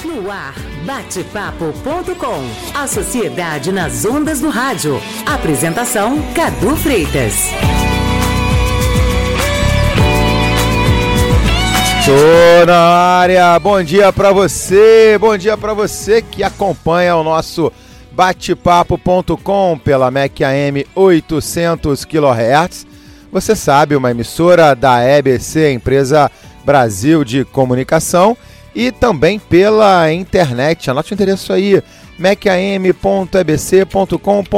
No ar, batepapo.com. A sociedade nas ondas do rádio. Apresentação, Cadu Freitas. Tô na área, bom dia pra você que acompanha o nosso batepapo.com pela MEC AM 800 kHz. Você sabe, uma emissora da EBC, Empresa Brasil de Comunicação, e também pela internet. Anote o endereço aí, mecam.ebc.com.br,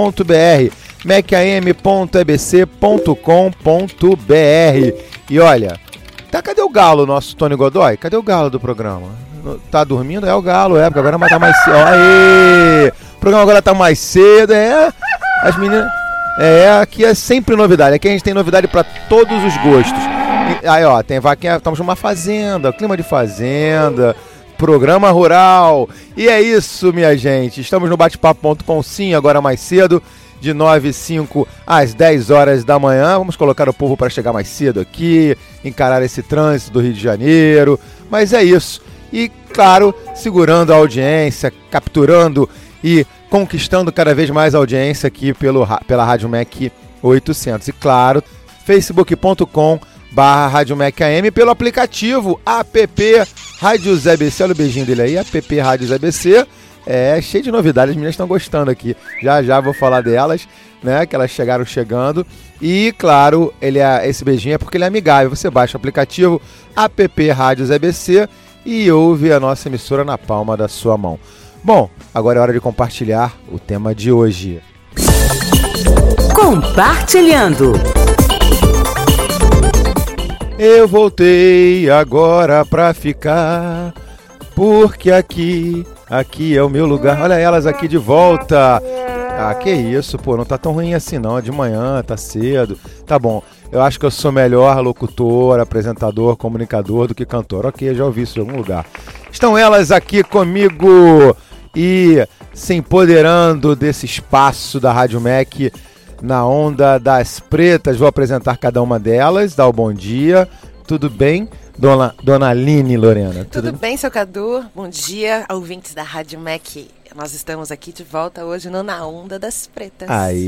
mecam.ebc.com.br. E olha, cadê o galo, nosso Tony Godoy? Cadê o galo do programa? Tá dormindo? É o galo, porque agora vai estar mais cedo. Aê! O programa agora tá mais cedo, as meninas... aqui é sempre novidade. Aqui a gente tem novidade para todos os gostos. Aí, ó, tem vaquinha, estamos numa fazenda, clima de fazenda, programa rural. E é isso, minha gente. Estamos no batepapo.com, sim, agora mais cedo, de 9h05 às 10 horas da manhã. Vamos colocar o povo para chegar mais cedo aqui, encarar esse trânsito do Rio de Janeiro. Mas é isso. E, claro, segurando a audiência, capturando e conquistando cada vez mais audiência aqui pela Rádio MEC 800. E, claro, facebook.com/Rádio MEC AM, pelo aplicativo app Rádios EBC. Olha o beijinho dele aí, app Rádios EBC. Cheio de novidades, as meninas estão gostando aqui. Já vou falar delas, né, que elas chegaram chegando. E, claro, esse beijinho é porque ele é amigável. Você baixa o aplicativo app Rádios EBC e ouve a nossa emissora na palma da sua mão. Bom, agora é hora de compartilhar o tema de hoje. Compartilhando. Eu voltei agora pra ficar, porque aqui é o meu lugar. Olha elas aqui de volta. Que isso, pô, não tá tão ruim assim não, de manhã, tá cedo. Tá bom, eu acho que eu sou melhor locutor, apresentador, comunicador do que cantor. Ok, eu já ouvi isso em algum lugar. Estão elas aqui comigo e se empoderando desse espaço da Rádio MEC na onda das pretas. Vou apresentar cada uma delas, dar o bom dia. Tudo bem, dona Aline Lorena? Tudo bem, seu Cadu? Bom dia, ouvintes da Rádio MEC. Nós estamos aqui de volta hoje Na Onda das Pretas.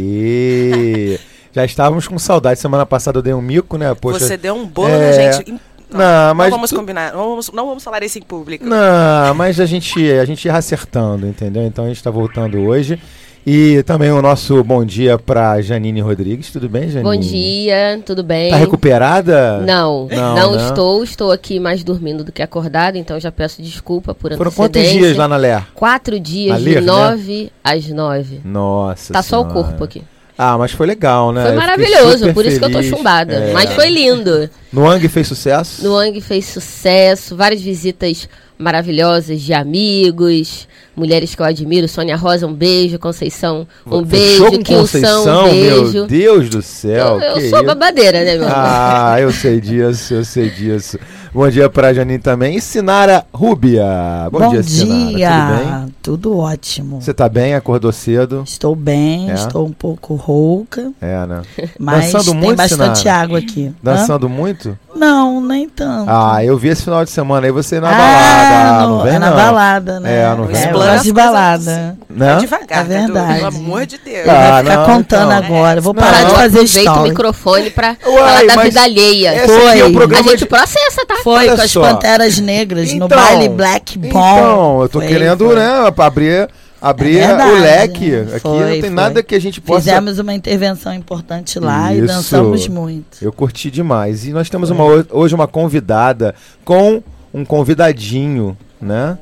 Aí, já estávamos com saudade. Semana passada eu dei um mico, né? Poxa, você deu um bolo na gente. Não, mas vamos combinar, não vamos falar isso em público. Não, mas a gente ia acertando, entendeu? Então a gente está voltando hoje. E também o nosso bom dia para Janine Rodrigues. Tudo bem, Janine? Bom dia, tudo bem? Tá recuperada? Não estou aqui mais dormindo do que acordada, então já peço desculpa por Foram antecedência. Quantos dias lá na LER? 4 dias, de 9 às 9. Nossa Tá senhora. Só o corpo aqui. Mas foi legal, né? Foi maravilhoso, por isso que eu tô chumbada. Mas foi lindo. Nuang fez sucesso? Nuang fez sucesso, várias visitas maravilhosas de amigos, mulheres que eu admiro. Sônia Rosa, um beijo. Conceição, um beijo. Conceição, um beijo. Meu Deus do céu. Eu sou babadeira, né, meu amor? Eu sei disso. Bom dia pra Janine também. E Sinara Rúbia. Bom dia, Sinara. Tudo bem? Tudo ótimo. Você tá bem? Acordou cedo? Estou bem, estou um pouco rouca. Né? Mas dançando muito, tem bastante Sinara? água aqui. Dançando muito? Não, nem tanto. Eu vi esse final de semana aí você na balada. Não vem, na balada, né? Não vem. Eu gosto de balada. Né? Devagar, É verdade. Pelo amor de Deus. Vai ficar contando agora. Vou parar de fazer Aproveita o story. microfone pra falar da vida alheia. Foi. É o programa a gente processa, tá? Foi Olha com as só. Panteras Negras no Então, baile Black Bomb. Então, eu tô querendo, né, abrir verdade, o leque. Aqui foi, não tem foi. nada que a gente possa... Fizemos uma intervenção importante lá e Isso. dançamos muito. Eu curti demais. E nós temos hoje uma convidada com um convidadinho, né?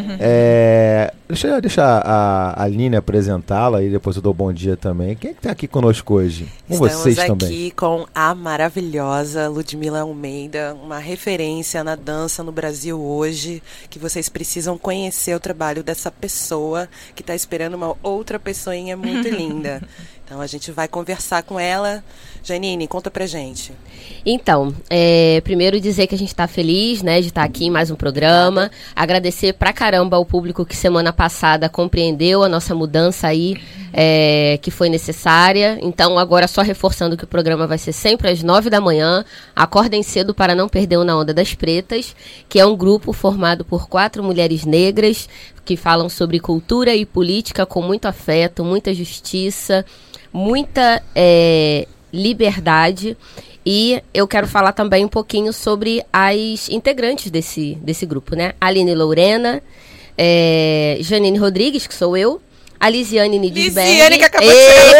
Deixa a Aline apresentá-la e depois eu dou bom dia também. Quem é que tá aqui conosco hoje? Com vocês também. Estamos aqui com a maravilhosa Ludmila Almeida, uma referência na dança no Brasil hoje, que vocês precisam conhecer o trabalho dessa pessoa que está esperando uma outra pessoinha muito linda. Então a gente vai conversar com ela. Janine, conta pra gente. Então, primeiro dizer que a gente está feliz, né, de estar aqui em mais um programa. Agradecer pra caramba ao público que semana passada compreendeu a nossa mudança aí que foi necessária. Então, agora só reforçando que o programa vai ser sempre às 9 da manhã. Acordem cedo para não perder o Na Onda das Pretas, que é um grupo formado por 4 mulheres negras que falam sobre cultura e política com muito afeto, muita justiça, muita liberdade. E eu quero falar também um pouquinho sobre as integrantes desse grupo, né? Aline Lorena, Janine Rodrigues, que sou eu, a Lisiane Nidisberg. Lisiane, que acabou de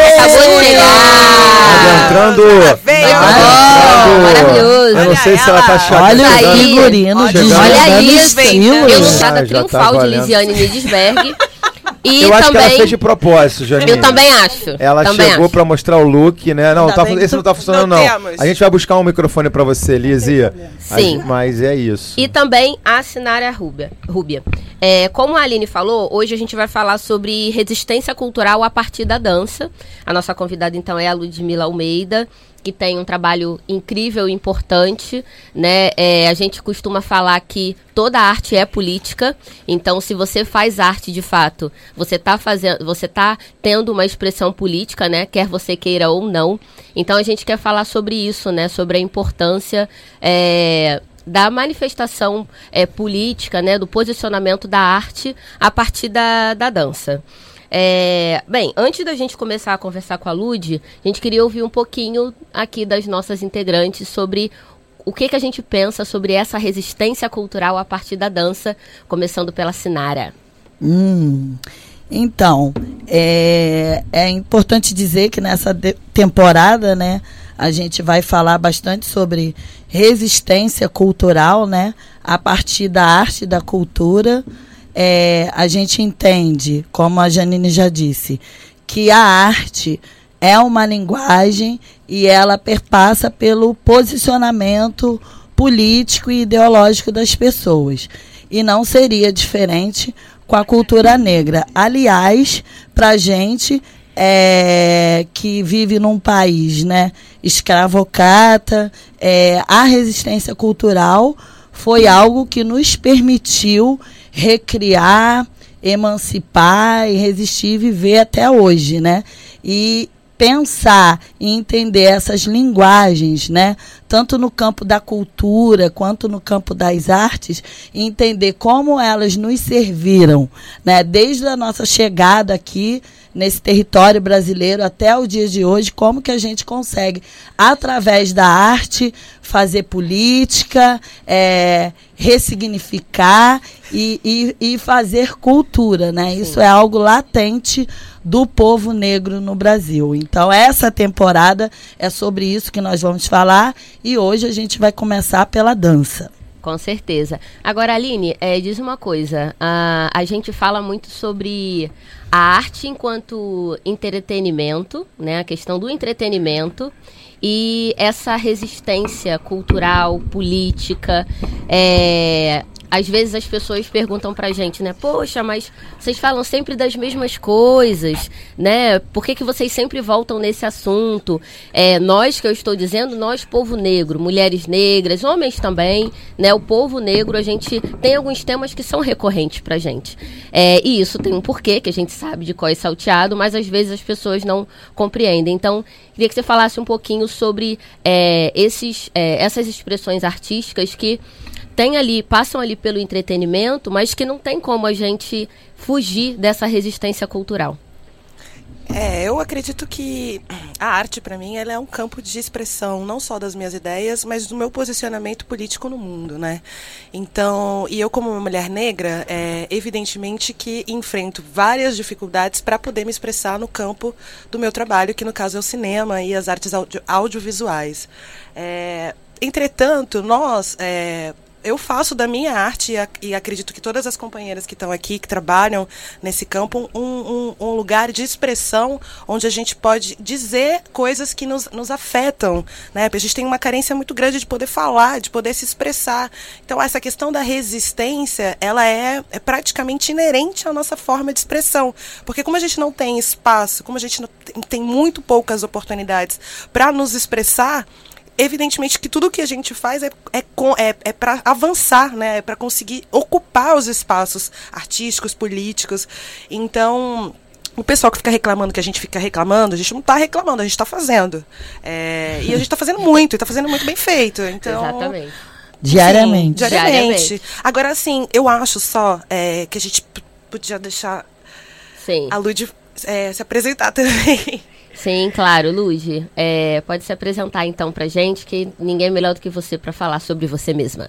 chegar. Entrando. Maravilhoso. Eu não sei se ela tá chegando. Olha aí, o figurino, olha isso, estilos. ilustrada já tá triunfal de valendo. Lisiane Nidisberg. E Eu acho que ela também, fez de propósito, Janine. eu também acho. Ela também chegou acho. pra mostrar o look, né? Não, Ainda bem que esse não tá funcionando, não não. temos. A gente vai buscar um microfone pra você, Lizzie. Sim. Mas é isso. E também a Sinara Rúbia. Como a Aline falou, hoje a gente vai falar sobre resistência cultural a partir da dança. A nossa convidada, então, é a Ludmila Almeida, que tem um trabalho incrível e importante, né? A gente costuma falar que toda arte é política, então se você faz arte de fato, você tá tendo uma expressão política, né? Quer você queira ou não. Então a gente quer falar sobre isso, né? Sobre a importância da manifestação política, né? Do posicionamento da arte a partir da dança. Bem, antes da gente começar a conversar com a Lud, a gente queria ouvir um pouquinho aqui das nossas integrantes sobre o que a gente pensa sobre essa resistência cultural a partir da dança, começando pela Sinara. Então, é importante dizer que nessa temporada, né, a gente vai falar bastante sobre resistência cultural, né, a partir da arte e da cultura. A gente entende, como a Janine já disse, que a arte é uma linguagem e ela perpassa pelo posicionamento político e ideológico das pessoas. E não seria diferente com a cultura negra. Aliás, para a gente que vive num país, né, escravocrata, a resistência cultural foi algo que nos permitiu recriar, emancipar e resistir e viver até hoje, né? E pensar e entender essas linguagens, né? Tanto no campo da cultura quanto no campo das artes, e entender como elas nos serviram, né? Desde a nossa chegada aqui nesse território brasileiro até o dia de hoje, como que a gente consegue, através da arte, fazer política, ressignificar e fazer cultura, né? Sim. Isso é algo latente do povo negro no Brasil. Então, essa temporada é sobre isso que nós vamos falar e hoje a gente vai começar pela dança. Com certeza. Agora, Aline, diz uma coisa. A gente fala muito sobre a arte enquanto entretenimento, né? A questão do entretenimento e essa resistência cultural, política. Às vezes as pessoas perguntam pra gente, né? Poxa, mas vocês falam sempre das mesmas coisas, né? Por que vocês sempre voltam nesse assunto? Nós, que eu estou dizendo, nós, povo negro, mulheres negras, homens também, né? O povo negro, a gente tem alguns temas que são recorrentes pra gente. E isso tem um porquê, que a gente sabe de qual é salteado, mas às vezes as pessoas não compreendem. Então, queria que você falasse um pouquinho sobre essas expressões artísticas que passam ali pelo entretenimento, mas que não tem como a gente fugir dessa resistência cultural. Eu acredito que a arte, para mim, ela é um campo de expressão, não só das minhas ideias, mas do meu posicionamento político no mundo, né? Então, e eu como uma mulher negra, evidentemente que enfrento várias dificuldades para poder me expressar no campo do meu trabalho, que no caso é o cinema e as artes audiovisuais. Entretanto, eu faço da minha arte, e acredito que todas as companheiras que estão aqui, que trabalham nesse campo, um lugar de expressão onde a gente pode dizer coisas que nos afetam, né? Porque a gente tem uma carência muito grande de poder falar, de poder se expressar. Então, essa questão da resistência, ela é praticamente inerente à nossa forma de expressão. Porque como a gente não tem espaço, como a gente tem muito poucas oportunidades para nos expressar, evidentemente que tudo que a gente faz é para avançar, né? É para conseguir ocupar os espaços artísticos, políticos. Então, o pessoal que fica reclamando que a gente fica reclamando, a gente não está reclamando, a gente está fazendo. E a gente está fazendo muito, e está fazendo muito bem feito. Então, Exatamente. Diariamente. Sim, diariamente. Agora, assim, eu acho só que a gente podia deixar a Lud se apresentar também. Sim, claro, Lud. Pode se apresentar então pra gente, que ninguém é melhor do que você para falar sobre você mesma.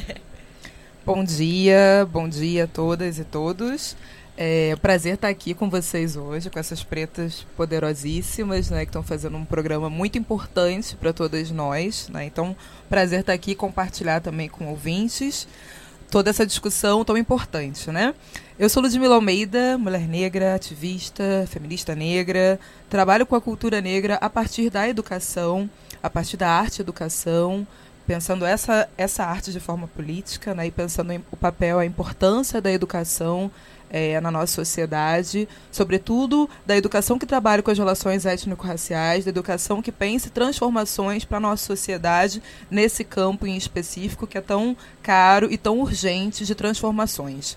Bom dia a todas e todos. É um prazer estar aqui com vocês hoje, com essas pretas poderosíssimas, né, que estão fazendo um programa muito importante para todas nós, né? Então, prazer estar aqui e compartilhar também com ouvintes toda essa discussão tão importante, né? Eu sou Ludmila Almeida, mulher negra, ativista, feminista negra, trabalho com a cultura negra a partir da educação, a partir da arte e educação, pensando essa arte de forma política, né, e pensando o papel, a importância da educação na nossa sociedade, sobretudo da educação que trabalha com as relações étnico-raciais, da educação que pense transformações para a nossa sociedade nesse campo em específico que é tão caro e tão urgente de transformações.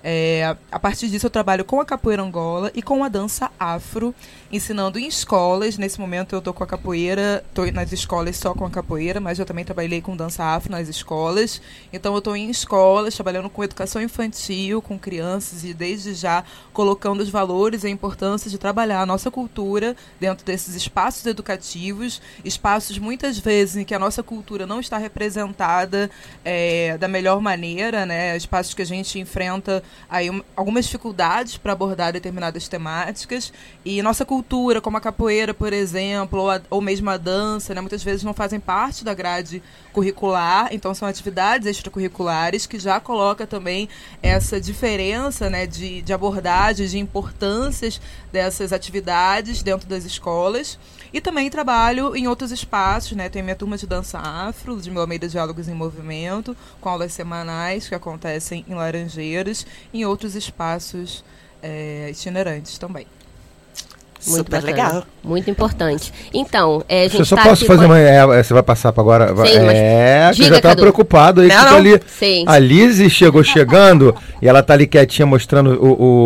A partir disso eu trabalho com a capoeira Angola e com a dança afro, ensinando em escolas. Nesse momento eu estou com a capoeira, estou nas escolas só com a capoeira, mas eu também trabalhei com dança afro nas escolas. Então eu estou em escolas, trabalhando com educação infantil, com crianças, e desde já colocando os valores e a importância de trabalhar a nossa cultura dentro desses espaços educativos, espaços muitas vezes em que a nossa cultura não está representada da melhor maneira, né? Espaços que a gente enfrenta aí algumas dificuldades para abordar determinadas temáticas, e nossa cultura, como a capoeira, por exemplo, ou mesmo a dança, né, muitas vezes não fazem parte da grade curricular, então são atividades extracurriculares que já coloca também essa diferença, né, de abordagens, de importâncias dessas atividades dentro das escolas. E também trabalho em outros espaços, né? Tenho minha turma de dança afro, de Almeida Diálogos em Movimento, com aulas semanais que acontecem em Laranjeiras, em outros espaços itinerantes também. Muito Super bacana. legal. Muito importante. Então, a gente Eu só tá posso aqui fazer com... você vai passar para agora? Sim, mas que eu já tava Cadu. preocupado aí. Não, que não. Ali, Sim. a Lizzy chegando e ela tá ali quietinha mostrando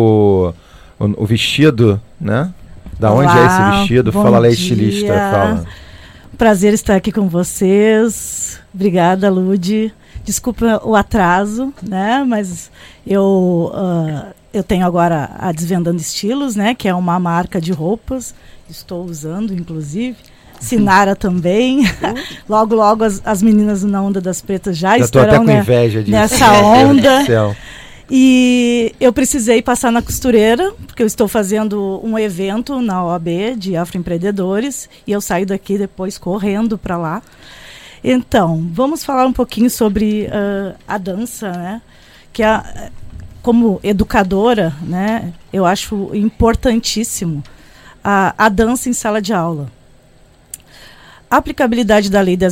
o vestido, né? Da onde é esse vestido? Bom Fala lá, dia. estilista. Fala. Prazer estar aqui com vocês. Obrigada, Lud. Desculpa o atraso, né? Mas eu tenho agora a Desvendando Estilos, né? Que é uma marca de roupas. Estou usando, inclusive. Sinara também. Logo, logo as meninas na Onda das Pretas já estarão, tô até com inveja disso. nessa Meu Deus onda. do céu. E eu precisei passar na costureira, porque eu estou fazendo um evento na OAB de afroempreendedores, e eu saio daqui depois correndo para lá. Então, vamos falar um pouquinho sobre a dança, né? Que como educadora, né, eu acho importantíssimo a dança em sala de aula. A aplicabilidade da Lei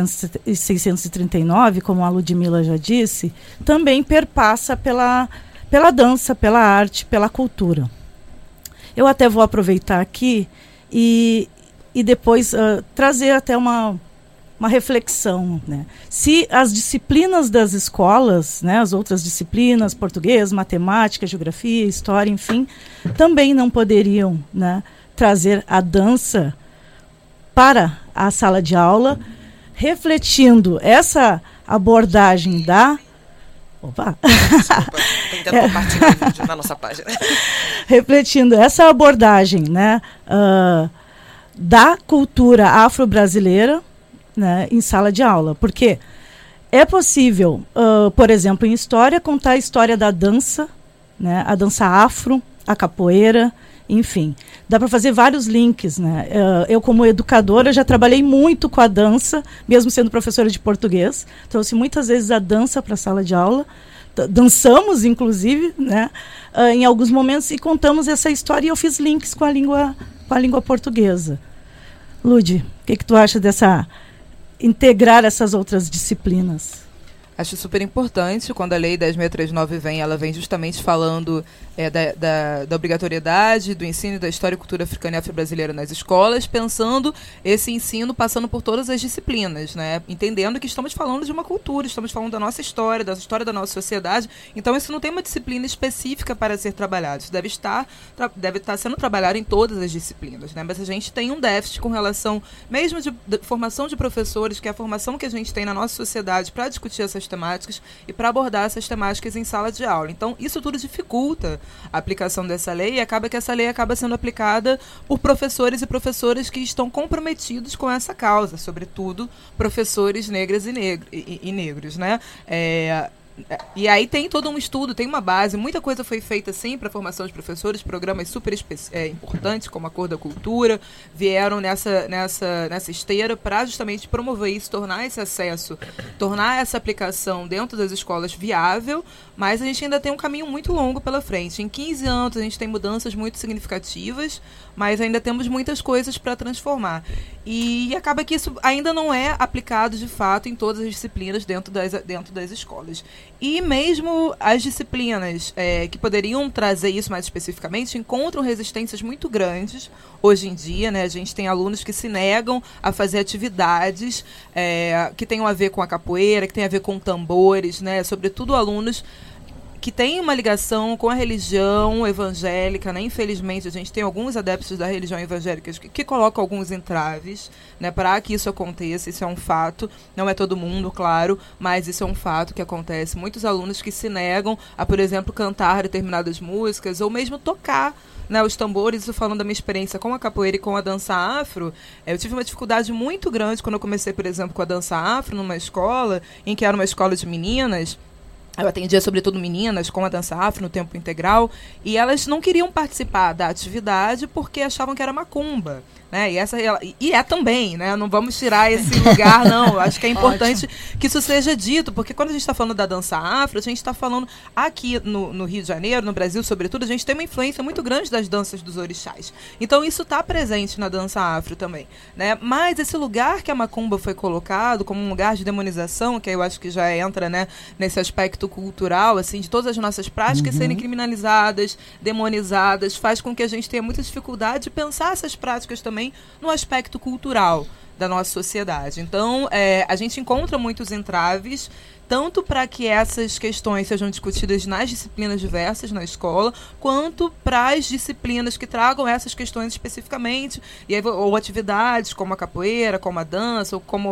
10.639, como a Ludmila já disse, também perpassa pela dança, pela arte, pela cultura. Eu até vou aproveitar aqui e depois trazer até uma reflexão, né? Se as disciplinas das escolas, né, as outras disciplinas, português, matemática, geografia, história, enfim, também não poderiam, né, trazer a dança para a sala de aula, refletindo essa abordagem da... Opa! Desculpa, tentando compartilhar o vídeo na nossa página. Refletindo essa abordagem, né, da cultura afro-brasileira, né, em sala de aula. Porque é possível, por exemplo, em história, contar a história da dança, né, a dança afro, a capoeira, enfim. Dá para fazer vários links, né? Eu, como educadora, já trabalhei muito com a dança, mesmo sendo professora de português. Trouxe muitas vezes a dança para a sala de aula. Dançamos, inclusive, né, em alguns momentos, e contamos essa história, e eu fiz links com a língua portuguesa. Lud, o que tu acha dessa... integrar essas outras disciplinas? Acho super importante. Quando a Lei 10.639 vem, ela vem justamente falando da obrigatoriedade do ensino da história e cultura africana e afro-brasileira nas escolas, pensando esse ensino passando por todas as disciplinas, né? Entendendo que estamos falando de uma cultura, estamos falando da nossa história da nossa sociedade. Então, isso não tem uma disciplina específica para ser trabalhado. Isso deve estar sendo trabalhado em todas as disciplinas, né? Mas a gente tem um déficit com relação, mesmo de formação de professores, que é a formação que a gente tem na nossa sociedade para discutir essas temáticas e para abordar essas temáticas em sala de aula. Então, isso tudo dificulta a aplicação dessa lei e acaba que essa lei acaba sendo aplicada por professores e professoras que estão comprometidos com essa causa, sobretudo professores negras e negros, né? E aí tem todo um estudo, tem uma base, muita coisa foi feita sim para a formação de professores, programas super importantes como a Cor da Cultura vieram nessa esteira para justamente promover isso, tornar esse acesso, tornar essa aplicação dentro das escolas viável, mas a gente ainda tem um caminho muito longo pela frente. Em 15 anos a gente tem mudanças muito significativas, mas ainda temos muitas coisas para transformar. E acaba que isso ainda não é aplicado de fato em todas as disciplinas dentro das escolas. E mesmo as disciplinas que poderiam trazer isso mais especificamente encontram resistências muito grandes hoje em dia, né? A gente tem alunos que se negam a fazer atividades que tenham a ver com a capoeira, que tenham a ver com tambores, né? Sobretudo alunos que tem uma ligação com a religião evangélica, né? Infelizmente, a gente tem alguns adeptos da religião evangélica que colocam alguns entraves, né, para que isso aconteça. Isso é um fato, não é todo mundo, claro, mas isso é um fato que acontece. Muitos alunos que se negam a, por exemplo, cantar determinadas músicas ou mesmo tocar, né, os tambores. Isso falando da minha experiência com a capoeira e com a dança afro, eu tive uma dificuldade muito grande quando eu comecei, por exemplo, com a dança afro numa escola, em que era uma escola de meninas. Eu atendia, sobretudo, meninas com a dança afro no tempo integral, e elas não queriam participar da atividade porque achavam que era macumba, né? E é também, né? Não vamos tirar esse lugar, não. Eu acho que é importante que isso seja dito, porque quando a gente está falando da dança afro, a gente está falando aqui no Rio de Janeiro, no Brasil, sobretudo, a gente tem uma influência muito grande das danças dos orixás. Então, isso está presente na dança afro também, né? Mas esse lugar que a macumba foi colocado como um lugar de demonização, que eu acho que já entra, né, nesse aspecto cultural, assim, de todas as nossas práticas serem criminalizadas, demonizadas, faz com que a gente tenha muita dificuldade de pensar essas práticas também no aspecto cultural da nossa sociedade. Então, a gente encontra muitos entraves, tanto para que essas questões sejam discutidas nas disciplinas diversas na escola, quanto para as disciplinas que tragam essas questões especificamente, ou atividades como a capoeira, como a dança, ou como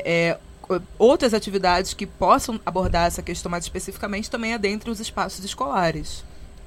outras atividades que possam abordar essa questão mais especificamente, também adentro os espaços escolares.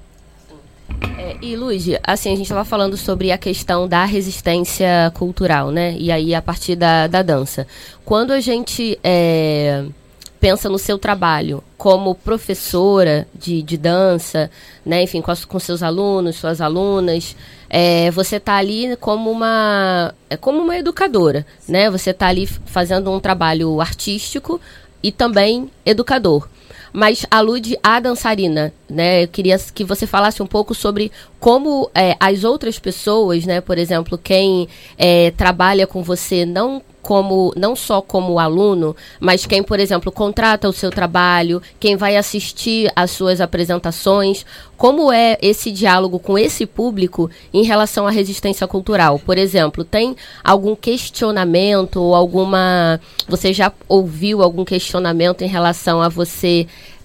E, Luigi, assim, a gente estava falando sobre a questão da resistência cultural, né? E aí, a partir da dança. Quando a gente pensa no seu trabalho como professora de dança, né? Enfim, com seus alunos, suas alunas, você está ali como uma educadora, né? Você está ali fazendo um trabalho artístico e também educador. Mas alude à dançarina, né? Eu queria que você falasse um pouco sobre como as outras pessoas, né? Por exemplo, quem trabalha com você não só como aluno, mas quem, por exemplo, contrata o seu trabalho, quem vai assistir às suas apresentações, como é esse diálogo com esse público em relação à resistência cultural? Por exemplo, tem algum questionamento ou você já ouviu algum questionamento em relação a você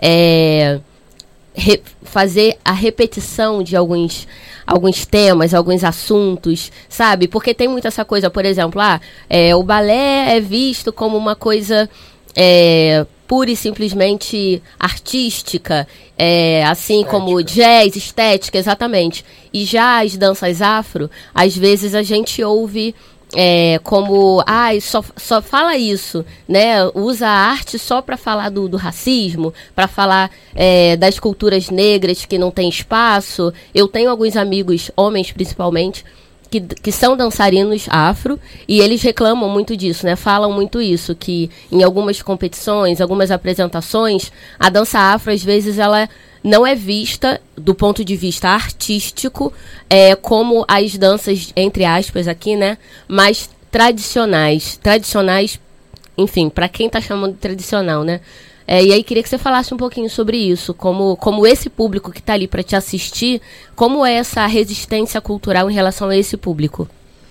fazer a repetição de alguns temas, alguns assuntos, sabe? Porque tem muito essa coisa, por exemplo, o balé é visto como uma coisa pura e simplesmente artística, assim estética. Como jazz, estética, exatamente. E já as danças afro, às vezes a gente ouve como só fala isso, né? Usa a arte só para falar do racismo, para falar das culturas negras que não tem espaço. Eu tenho alguns amigos, homens principalmente, que são dançarinos afro, e eles reclamam muito disso, né? Falam muito isso, que em algumas competições, algumas apresentações, a dança afro, às vezes, ela não é vista, do ponto de vista artístico, como as danças, entre aspas aqui, né? Mais tradicionais, enfim, para quem está chamando de tradicional, né? E aí queria que você falasse um pouquinho sobre isso, como esse público que está ali para te assistir, como é essa resistência cultural em relação a esse público?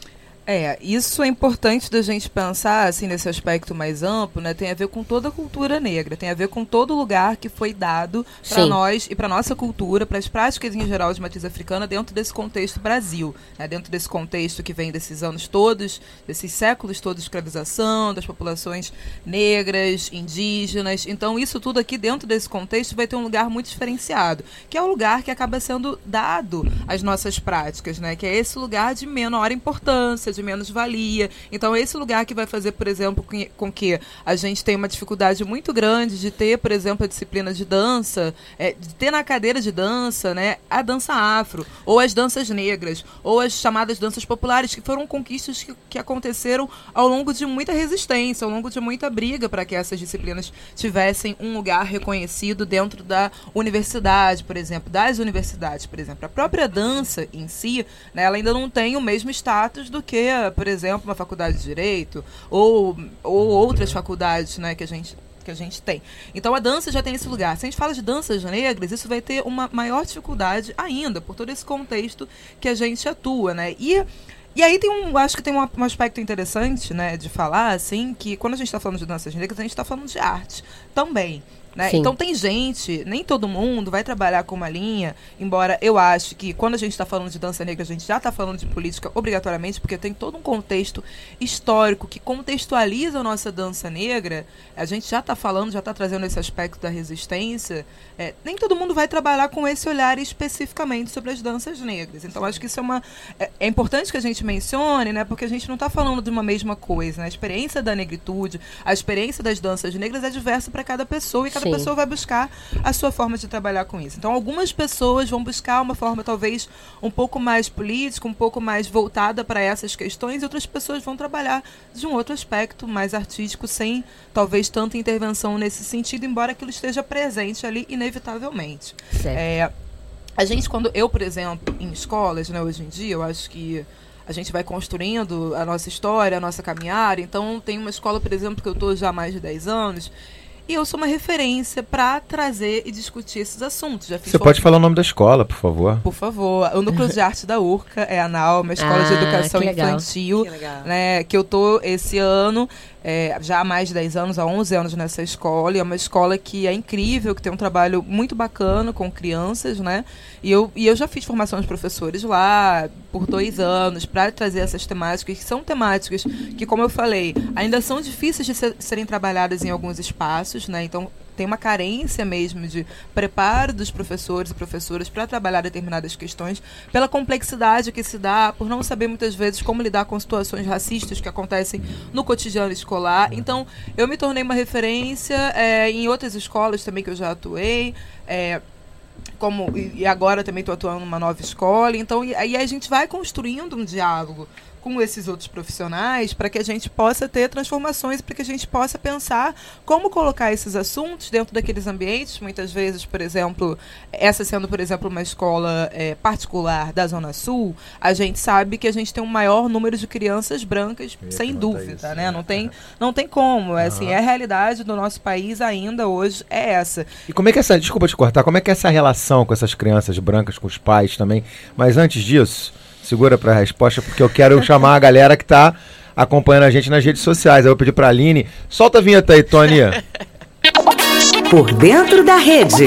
Isso é importante da gente pensar, assim, nesse aspecto mais amplo, né? Tem a ver com toda a cultura negra, tem a ver com todo lugar que foi dado para nós e para nossa cultura, para as práticas em geral de matriz africana dentro desse contexto Brasil, né? Dentro desse contexto que vem desses anos todos, desses séculos todos de escravização, das populações negras, indígenas. Então, isso tudo aqui dentro desse contexto vai ter um lugar muito diferenciado, que é o lugar que acaba sendo dado às nossas práticas, né? Que é esse lugar de menor importância, de menos valia. Então, é esse lugar que vai fazer, por exemplo, com que a gente tenha uma dificuldade muito grande de ter, por exemplo, a disciplina de dança, de ter na cadeira de dança, né, a dança afro, ou as danças negras, ou as chamadas danças populares, que foram conquistas que aconteceram ao longo de muita resistência, ao longo de muita briga para que essas disciplinas tivessem um lugar reconhecido dentro da universidade, por exemplo, das universidades, por exemplo. A própria dança em si, né, ela ainda não tem o mesmo status do que, por exemplo, uma faculdade de Direito ou outras faculdades, né, que a gente tem. Então, a dança já tem esse lugar. Se a gente fala de danças negras, isso vai ter uma maior dificuldade ainda, por todo esse contexto que a gente atua, né? E aí acho que tem um aspecto interessante, né, de falar, assim, que quando a gente está falando de danças negras, a gente está falando de arte também. Né? Então tem gente, nem todo mundo vai trabalhar com uma linha, embora eu acho que quando a gente está falando de dança negra, a gente já está falando de política obrigatoriamente, porque tem todo um contexto histórico que contextualiza a nossa dança negra. A gente já está falando, já está trazendo esse aspecto da resistência. Nem todo mundo vai trabalhar com esse olhar especificamente sobre as danças negras. Então acho que isso é importante que a gente mencione, né? Porque a gente não está falando de uma mesma coisa, né? A experiência da negritude, a experiência das danças negras é diversa para cada pessoa, e cada pessoa vai buscar a sua forma de trabalhar com isso. Então, algumas pessoas vão buscar uma forma talvez um pouco mais política, um pouco mais voltada para essas questões, e outras pessoas vão trabalhar de um outro aspecto mais artístico, sem talvez tanta intervenção nesse sentido, embora aquilo esteja presente ali inevitavelmente. A gente, por exemplo, em escolas, né, hoje em dia, eu acho que a gente vai construindo a nossa história, a nossa caminhada. Então, tem uma escola, por exemplo, que eu estou já há mais de 10 anos, e eu sou uma referência para trazer e discutir esses assuntos. Você pode falar o nome da escola, por favor? Por favor. O Núcleo de Arte da URCA é a NAU, uma escola de educação infantil, né, que eu estou esse ano, já há mais de 10 anos, há 11 anos nessa escola. E é uma escola que é incrível, que tem um trabalho muito bacana com crianças, né? E eu já fiz formação de professores lá por 2 anos para trazer essas temáticas, que são temáticas que, como eu falei, ainda são difíceis de serem trabalhadas em alguns espaços, né? Então, tem uma carência mesmo de preparo dos professores e professoras para trabalhar determinadas questões, pela complexidade que se dá, por não saber muitas vezes como lidar com situações racistas que acontecem no cotidiano escolar. Então, eu me tornei uma referência em outras escolas também que eu já atuei, e agora também estou atuando numa nova escola. Então, aí a gente vai construindo um diálogo com esses outros profissionais para que a gente possa ter transformações, para que a gente possa pensar como colocar esses assuntos dentro daqueles ambientes. Muitas vezes, por exemplo, essa sendo, por exemplo, uma escola particular da Zona Sul, a gente sabe que a gente tem um maior número de crianças brancas, sem dúvida, isso, né? Não tem como. Assim, a realidade do nosso país ainda hoje é essa. E como é que desculpa te cortar, como é que é essa relação com essas crianças brancas, com os pais também? Mas antes disso, segura para a resposta, porque eu quero chamar a galera que está acompanhando a gente nas redes sociais. Eu vou pedir para a Aline. Solta a vinheta aí, Tony. Por dentro da rede.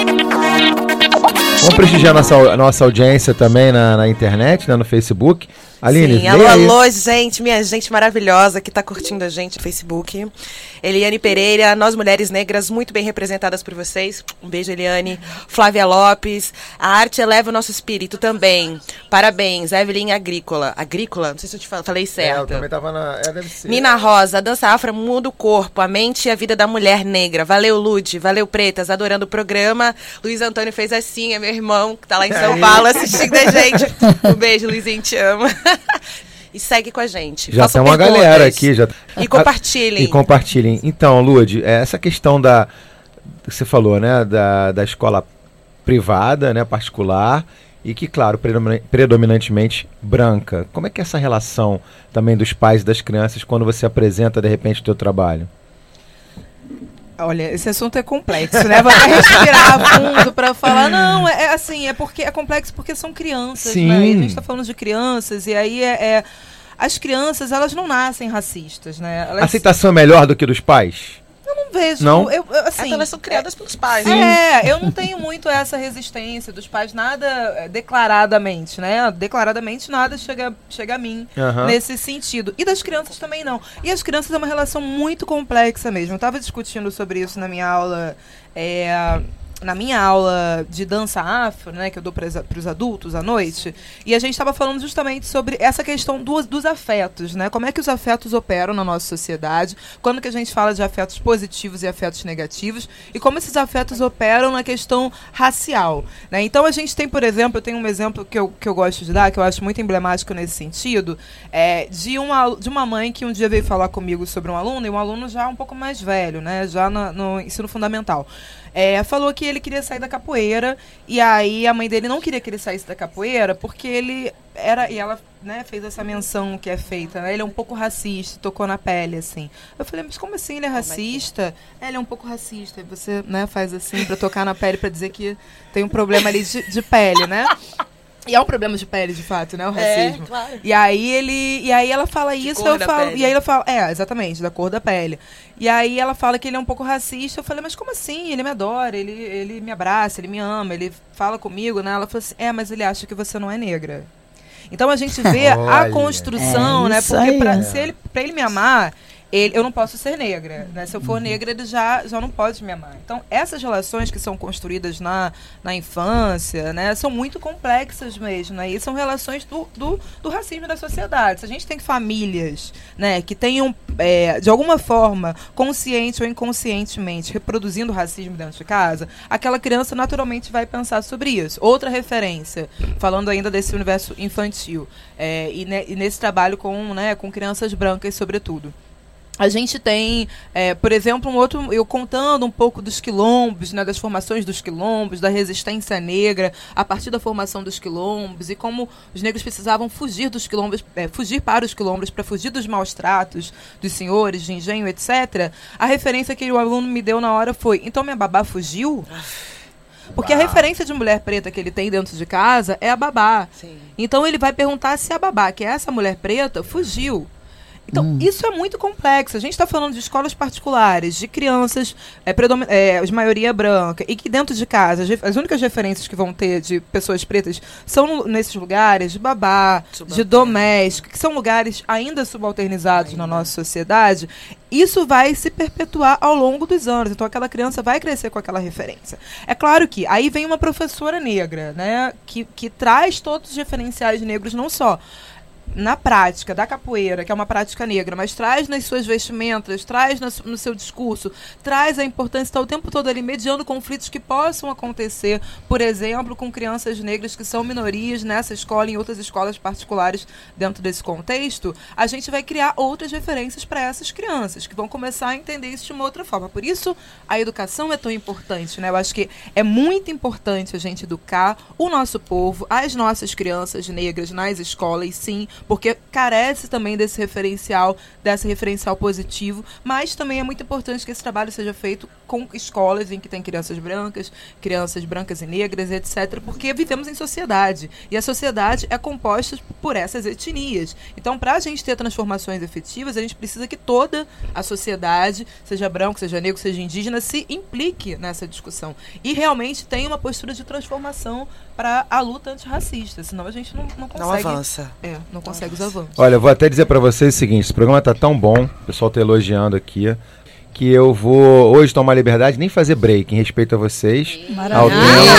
Vamos prestigiar a nossa audiência também na internet, né, no Facebook. Aline, sim, alô, gente, minha gente maravilhosa que está curtindo a gente no Facebook. Eliane Pereira, nós mulheres negras muito bem representadas por vocês. Um beijo, Eliane. Flávia Lopes, a arte eleva o nosso espírito também. Parabéns, Evelyn Agrícola. Agrícola? Não sei se eu te falei certo. Eu também estava deve ser. Nina Rosa, a dança afro muda o corpo, a mente e a vida da mulher negra. Valeu, Lude, valeu, Pretas, adorando o programa. Luiz Antônio fez assim, é meu irmão que está lá em São Paulo assistindo a gente. Um beijo, Luizinho, te amo. E segue com a gente. Já tem uma galera aqui. E compartilhem. E compartilhem. Então, Lude, essa questão que você falou, né, da escola privada, né, particular, e que, claro, predominantemente branca. Como é que é essa relação também dos pais e das crianças quando você apresenta, de repente, o teu trabalho? Olha, esse assunto é complexo, né? Vou até respirar a fundo pra falar. Não, é porque é complexo porque são crianças, Sim. né? E a gente tá falando de crianças, e aí as crianças, elas não nascem racistas, né? A aceitação é melhor do que dos pais? Eu não vejo. Não? Assim, elas são criadas pelos pais. eu não tenho muito essa resistência dos pais, nada declaradamente, né? Declaradamente nada chega a mim nesse sentido. E das crianças também não. E as crianças é uma relação muito complexa mesmo. Eu estava discutindo sobre isso na minha aula. Na minha aula de dança afro, né, que eu dou para os adultos à noite, e a gente estava falando justamente sobre essa questão dos afetos, né? Como é que os afetos operam na nossa sociedade, quando que a gente fala de afetos positivos e afetos negativos, e como esses afetos operam na questão racial, né? Então a gente tem, por exemplo, eu tenho um exemplo que eu gosto de dar, que eu acho muito emblemático nesse sentido, de uma mãe que um dia veio falar comigo sobre um aluno, e um aluno já um pouco mais velho, né, já no ensino fundamental. Falou que ele queria sair da capoeira, e aí a mãe dele não queria que ele saísse da capoeira porque ele era, e ela, né, fez essa menção que é feita, né, ele é um pouco racista, tocou na pele, assim. Eu falei, mas como assim ele é racista? Ele é um pouco racista, e você, né, faz assim pra tocar na pele pra dizer que tem um problema ali de pele, né? E é um problema de pele, de fato, né? O racismo. Claro. E aí ela fala isso, eu falo. E aí ela fala, exatamente, da cor da pele. E aí ela fala que ele é um pouco racista. Eu falei, mas como assim? Ele me adora, ele me abraça, ele me ama, ele fala comigo, né? Ela falou assim, mas ele acha que você não é negra. Então a gente vê a construção, né? Porque pra ele me amar, eu não posso ser negra, né? Se eu for negra, ele já não pode me amar. Então, essas relações que são construídas na infância, né, são muito complexas mesmo, né? E são relações do racismo da sociedade. Se a gente tem famílias, né, que tenham, de alguma forma, consciente ou inconscientemente, reproduzindo o racismo dentro de casa, aquela criança naturalmente vai pensar sobre isso. Outra referência, falando ainda desse universo infantil, e nesse trabalho com crianças brancas, sobretudo. A gente tem, por exemplo, eu contando um pouco dos quilombos, né, das formações dos quilombos, da resistência negra, a partir da formação dos quilombos, e como os negros precisavam fugir dos quilombos, fugir para os quilombos, para fugir dos maus tratos dos senhores de engenho, etc. A referência que o aluno me deu na hora foi, então minha babá fugiu? Porque a referência de mulher preta que ele tem dentro de casa é a babá. Sim. Então ele vai perguntar se a babá, que é essa mulher preta, fugiu. Então, isso é muito complexo. A gente está falando de escolas particulares, de crianças, de maioria branca, e que dentro de casa, as únicas referências que vão ter de pessoas pretas são nesses lugares de babá, de doméstico, que são lugares ainda subalternizados na nossa sociedade. Isso vai se perpetuar ao longo dos anos. Então, aquela criança vai crescer com aquela referência. É claro que aí vem uma professora negra, né, que traz todos os referenciais negros, não só na prática da capoeira, que é uma prática negra, mas traz nas suas vestimentas, traz no seu discurso, traz a importância de estar o tempo todo ali mediando conflitos que possam acontecer, por exemplo, com crianças negras que são minorias nessa escola e em outras escolas particulares dentro desse contexto. A gente vai criar outras referências para essas crianças, que vão começar a entender isso de uma outra forma. Por isso, a educação é tão importante, né? Eu acho que é muito importante a gente educar o nosso povo, as nossas crianças negras nas escolas, sim, porque carece também desse referencial positivo, mas também é muito importante que esse trabalho seja feito com escolas em que tem crianças brancas e negras, etc., porque vivemos em sociedade, e a sociedade é composta por essas etnias. Então, para a gente ter transformações efetivas, a gente precisa que toda a sociedade, seja branco, seja negro, seja indígena, se implique nessa discussão e realmente tenha uma postura de transformação para a luta antirracista, senão a gente não consegue. Não avança. Não consegue os avanços. Olha, eu vou até dizer para vocês o seguinte, esse programa tá tão bom, o pessoal tá elogiando aqui, que eu vou hoje tomar liberdade nem fazer break, em respeito a vocês. Maravilha.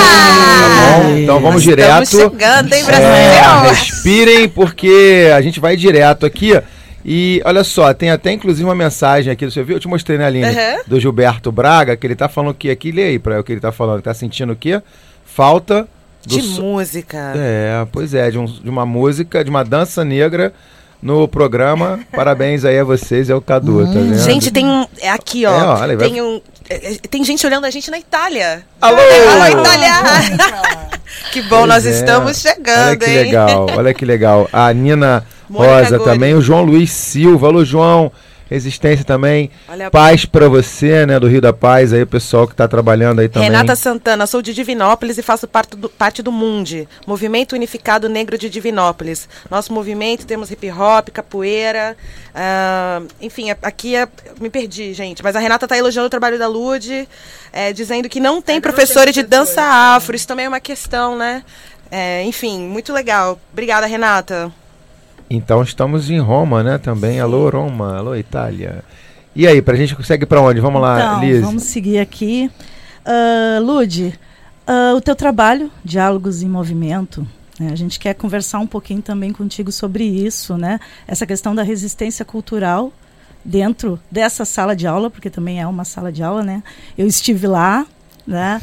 Tá bom? Então vamos direto. Estamos chegando, hein, Brasil? Respirem, porque a gente vai direto aqui. E olha só, tem até inclusive uma mensagem aqui, você viu? Eu te mostrei, né, Aline? Do Gilberto Braga, que ele tá falando que aqui, lê aí para o que ele tá falando. Ele tá sentindo o quê? Falta de música. Pois é, de uma música, de uma dança negra no programa. Parabéns aí a vocês, é o Cadu, tá vendo? Gente, tem aqui, ó. Tem gente olhando a gente na Itália. Alô! Itália! Que bom, nós estamos chegando, olha que legal, olha que legal. A Nina Mônica Rosa Gori. também, o João Luiz Silva. Alô, João. Resistência também. Olha, Paz pra você, né? Do Rio da Paz, aí o pessoal que tá trabalhando aí também. Renata Santana, sou de Divinópolis e faço parte do MUND, Movimento Unificado Negro de Divinópolis. Nosso movimento, temos hip hop, capoeira, enfim, aqui me perdi, gente, mas a Renata tá elogiando o trabalho da Lud, dizendo que não tem professores de dança afro, isso também é uma questão, né? Enfim, muito legal. Obrigada, Renata. Então estamos em Roma, né? Também. Sim. Alô, Roma. Alô, Itália. E aí, pra gente consegue pra onde? Vamos lá, Liz. Vamos seguir aqui. Lud, o teu trabalho, Diálogos em Movimento, né? A gente quer conversar um pouquinho também contigo sobre isso, né? Essa questão da resistência cultural dentro dessa sala de aula, porque também é uma sala de aula, né? Eu estive lá, né?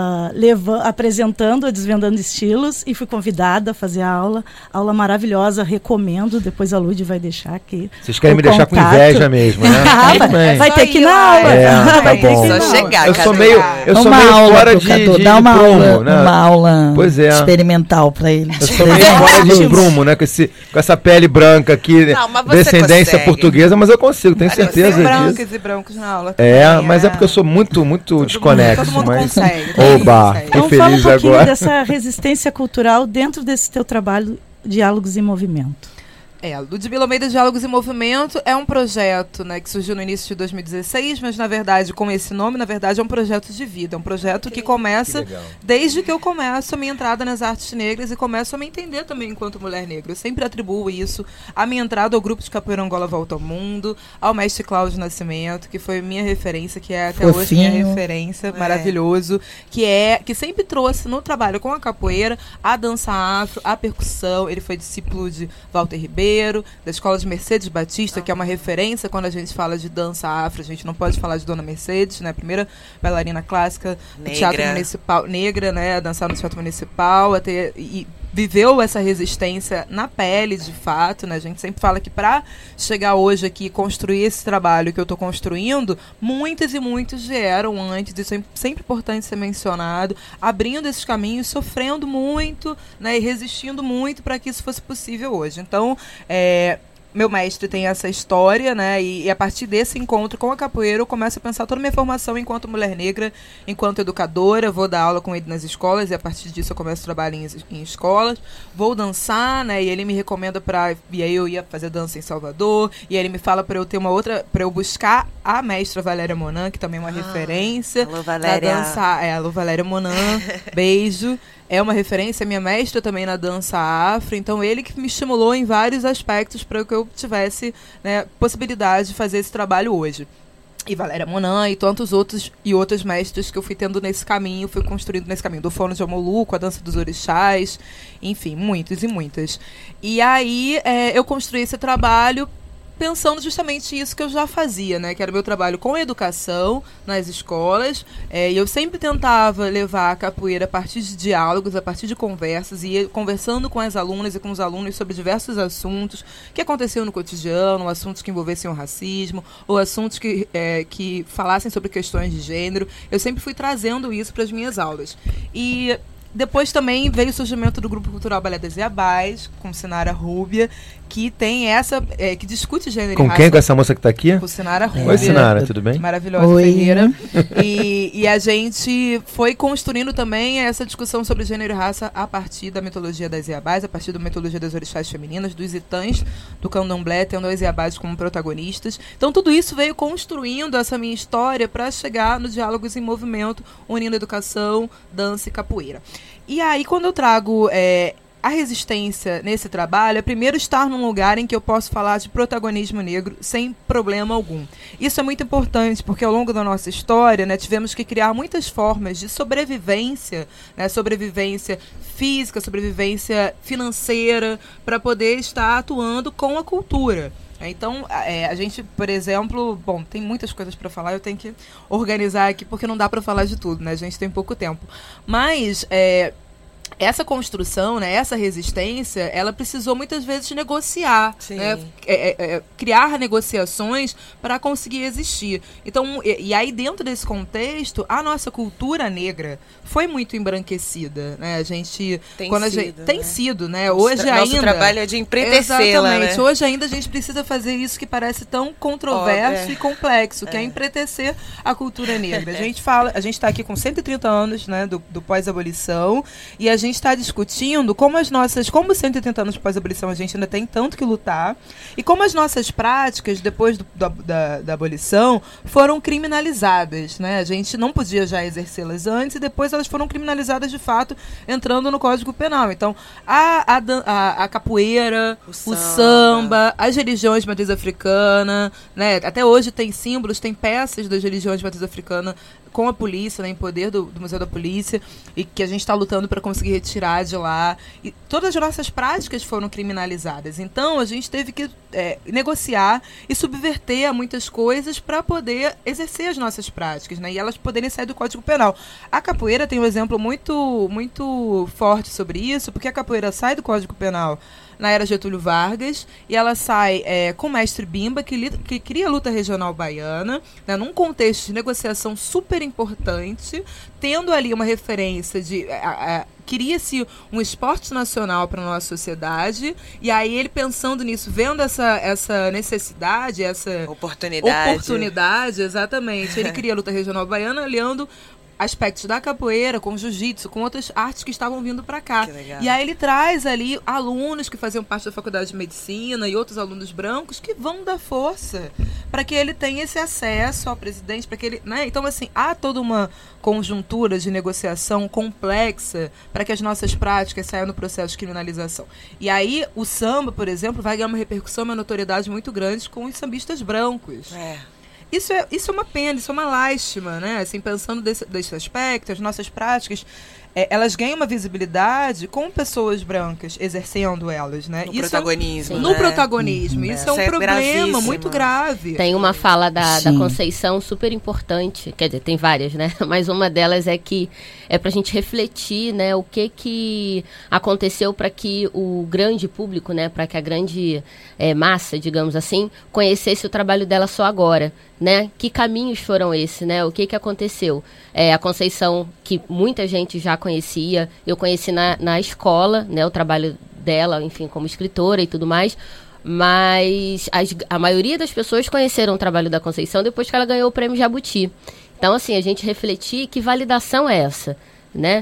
Apresentando, desvendando estilos, e fui convidada a fazer a aula maravilhosa, recomendo, depois a Lud vai deixar aqui. Vocês querem me deixar com inveja mesmo, né? Vai ter que ir na aula. Vai ter que só chegar. Eu sou meio aula, fora de dá uma prumo, aula, né? uma aula pois é. experimental para ele. Eu sou meio fora de prumo, né? Com essa pele branca aqui, descendência portuguesa, mas eu consigo, tenho certeza disso. Brancos e brancos na aula. Mas é porque eu sou muito desconexo. Todo mundo consegue. Oba, então feliz fala um pouquinho agora dessa resistência cultural dentro desse teu trabalho Diálogos em Movimento. Ludmila Almeida Diálogos em Movimento é um projeto, né, que surgiu no início de 2016, mas na verdade, com esse nome, na verdade é um projeto de vida, é um projeto que começa desde que eu começo a minha entrada nas artes negras e começo a me entender também enquanto mulher negra. Eu sempre atribuo isso à minha entrada ao grupo de Capoeira Angola Volta ao Mundo, ao mestre Cláudio Nascimento, que foi minha referência, que é até hoje minha referência, maravilhoso, que sempre trouxe no trabalho com a capoeira a dança afro, a percussão. Ele foi discípulo de Walter Ribeiro, da Escola de Mercedes Batista, que é uma referência quando a gente fala de dança afro. A gente não pode falar de Dona Mercedes, né? Primeira bailarina clássica do Teatro Municipal, negra, né? Dançar no Teatro Municipal, e viveu essa resistência na pele, de fato, né? A gente sempre fala que para chegar hoje aqui e construir esse trabalho que eu estou construindo, muitas e muitos vieram antes, isso é sempre importante ser mencionado, abrindo esses caminhos, sofrendo muito, né? E resistindo muito para que isso fosse possível hoje. Então, meu mestre tem essa história, né? E a partir desse encontro com a capoeira, eu começo a pensar toda a minha formação enquanto mulher negra, enquanto educadora. Vou dar aula com ele nas escolas e a partir disso eu começo a trabalhar em escolas. Vou dançar, né? E ele me recomenda e aí eu ia fazer dança em Salvador. E aí ele me fala para eu ter para eu buscar a mestra Valéria Monan, que também é uma referência. Alô, Valéria. Alô, Valéria Monan. Beijo. É uma referência, minha mestra também na dança afro, então ele que me estimulou em vários aspectos para que eu tivesse, né, possibilidade de fazer esse trabalho hoje. E Valéria Monan e tantos outros e outras mestres que eu fui tendo nesse caminho, fui construindo nesse caminho, do Fono de Omolu, com a dança dos orixás, enfim, muitos e muitas. E aí eu construí esse trabalho pensando justamente isso que eu já fazia, né? Que era o meu trabalho com a educação nas escolas. E eu sempre tentava levar a capoeira a partir de diálogos, a partir de conversas, e ia conversando com as alunas e com os alunos sobre diversos assuntos que aconteciam no cotidiano, assuntos que envolvessem o racismo, ou assuntos que falassem sobre questões de gênero. Eu sempre fui trazendo isso para as minhas aulas. E depois também veio o surgimento do Grupo Cultural Balé das Iabás, com Sinara Rúbia, que tem que discute gênero e raça. Com quem? Com essa moça que está aqui? Com Sinara Rúbia. Oi, Sinara, tudo bem? Maravilhosa, Ferreira. E a gente foi construindo também essa discussão sobre gênero e raça a partir da mitologia das Iabás, a partir da mitologia das orixás femininas, dos itãs, do candomblé, tendo as Iabás como protagonistas. Então tudo isso veio construindo essa minha história para chegar no Diálogos em Movimento, unindo educação, dança e capoeira. E aí, quando eu trago a resistência nesse trabalho, é primeiro estar num lugar em que eu posso falar de protagonismo negro sem problema algum. Isso é muito importante, porque ao longo da nossa história, né, tivemos que criar muitas formas de sobrevivência, né, sobrevivência física, sobrevivência financeira, para poder estar atuando com a cultura. Então, a gente, por exemplo, tem muitas coisas para falar, eu tenho que organizar aqui, porque não dá para falar de tudo, né? A gente tem pouco tempo. Mas essa construção, né, essa resistência, ela precisou muitas vezes negociar, né, criar negociações para conseguir existir. Então, e aí dentro desse contexto, a nossa cultura negra foi muito embranquecida, né? A gente tem sido, né? Hoje ainda nosso trabalho é de empretecê-la, exatamente. Né? Hoje ainda a gente precisa fazer isso que parece tão controverso e complexo, que é empretecer a cultura negra. A gente está aqui com 130 anos, né, do pós-abolição, e a gente está discutindo como 130 anos de pós-abolição a gente ainda tem tanto que lutar, e como as nossas práticas, depois da abolição, foram criminalizadas, né? A gente não podia já exercê-las antes, e depois elas foram criminalizadas de fato, entrando no Código Penal. Então, a capoeira, o samba, as religiões de matriz africana, né? Até hoje tem símbolos, tem peças das religiões de matriz africana com a polícia, né, em poder do Museu da Polícia, e que a gente está lutando para conseguir retirar de lá. E todas as nossas práticas foram criminalizadas. Então, a gente teve que negociar e subverter muitas coisas para poder exercer as nossas práticas, né, e elas poderem sair do Código Penal. A capoeira tem um exemplo muito, muito forte sobre isso, porque a capoeira sai do Código Penal na era Getúlio Vargas, e ela sai com o mestre Bimba, que cria a luta regional baiana, né, num contexto de negociação super importante, tendo ali uma referência de... Queria-se um esporte nacional para a nossa sociedade, e aí ele pensando nisso, vendo essa necessidade, essa oportunidade, exatamente, ele cria a luta regional baiana, aliando aspectos da capoeira, com jiu-jitsu, com outras artes que estavam vindo para cá. E aí ele traz ali alunos que faziam parte da faculdade de medicina e outros alunos brancos que vão dar força para que ele tenha esse acesso ao presidente, para que ele, né? Então, assim, há toda uma conjuntura de negociação complexa para que as nossas práticas saiam no processo de criminalização. E aí o samba, por exemplo, vai ganhar uma repercussão, uma notoriedade muito grande com os sambistas brancos. Isso é uma pena, isso é uma lástima, né? Assim, pensando desse aspecto, as nossas práticas, elas ganham uma visibilidade com pessoas brancas exercendo elas, né? No protagonismo. Isso é um problema muito grave. Tem uma fala da Conceição super importante, quer dizer, tem várias, né? Mas uma delas é que é pra gente refletir, né, o que aconteceu para que o grande público, né, para que a grande massa, digamos assim, conhecesse o trabalho dela só agora, né? Que caminhos foram esses, né? O que aconteceu? A Conceição, que muita gente já conhecia, eu conheci na escola, né, o trabalho dela, enfim, como escritora e tudo mais, mas a maioria das pessoas conheceram o trabalho da Conceição depois que ela ganhou o Prêmio Jabuti. Então, assim, a gente refletir que validação é essa, né?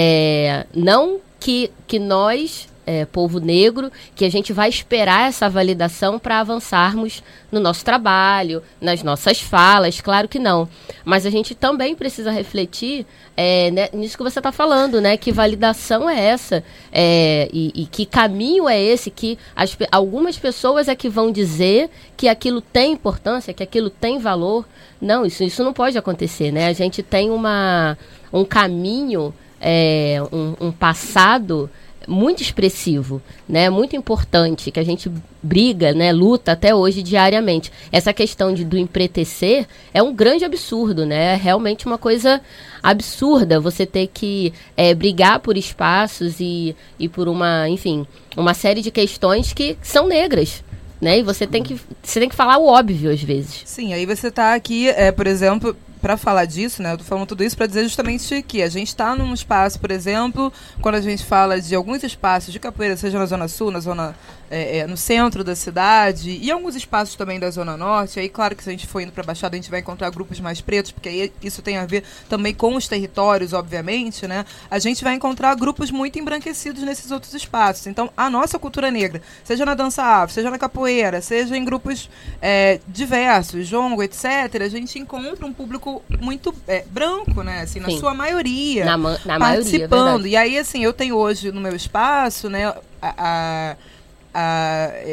Não que nós, povo negro, que a gente vai esperar essa validação para avançarmos no nosso trabalho, nas nossas falas, claro que não. Mas a gente também precisa refletir né, nisso que você está falando, né? Que validação é essa? E que caminho é esse que algumas pessoas é que vão dizer que aquilo tem importância, que aquilo tem valor. Não, isso não pode acontecer, né? A gente tem um caminho, um passado muito expressivo, né? Muito importante, que a gente briga, né? Luta até hoje diariamente. Essa questão do empretecer é um grande absurdo, né? É realmente uma coisa absurda você ter que brigar por espaços e por uma série de questões que são negras, né? E você tem que falar o óbvio às vezes. Sim, aí você está aqui, por exemplo, para falar disso, né? Eu tô falando tudo isso para dizer justamente que a gente está num espaço, por exemplo, quando a gente fala de alguns espaços de capoeira, seja na Zona Sul, no centro da cidade, e alguns espaços também da Zona Norte. Aí, claro que se a gente for indo para a Baixada, a gente vai encontrar grupos mais pretos, porque aí isso tem a ver também com os territórios, obviamente, né? A gente vai encontrar grupos muito embranquecidos nesses outros espaços. Então, a nossa cultura negra, seja na dança afro, seja na capoeira, seja em grupos diversos, jongo, etc., a gente encontra um público muito branco, né? Assim, na sua maioria, na participando. Maioria, e aí, assim, eu tenho hoje no meu espaço, né,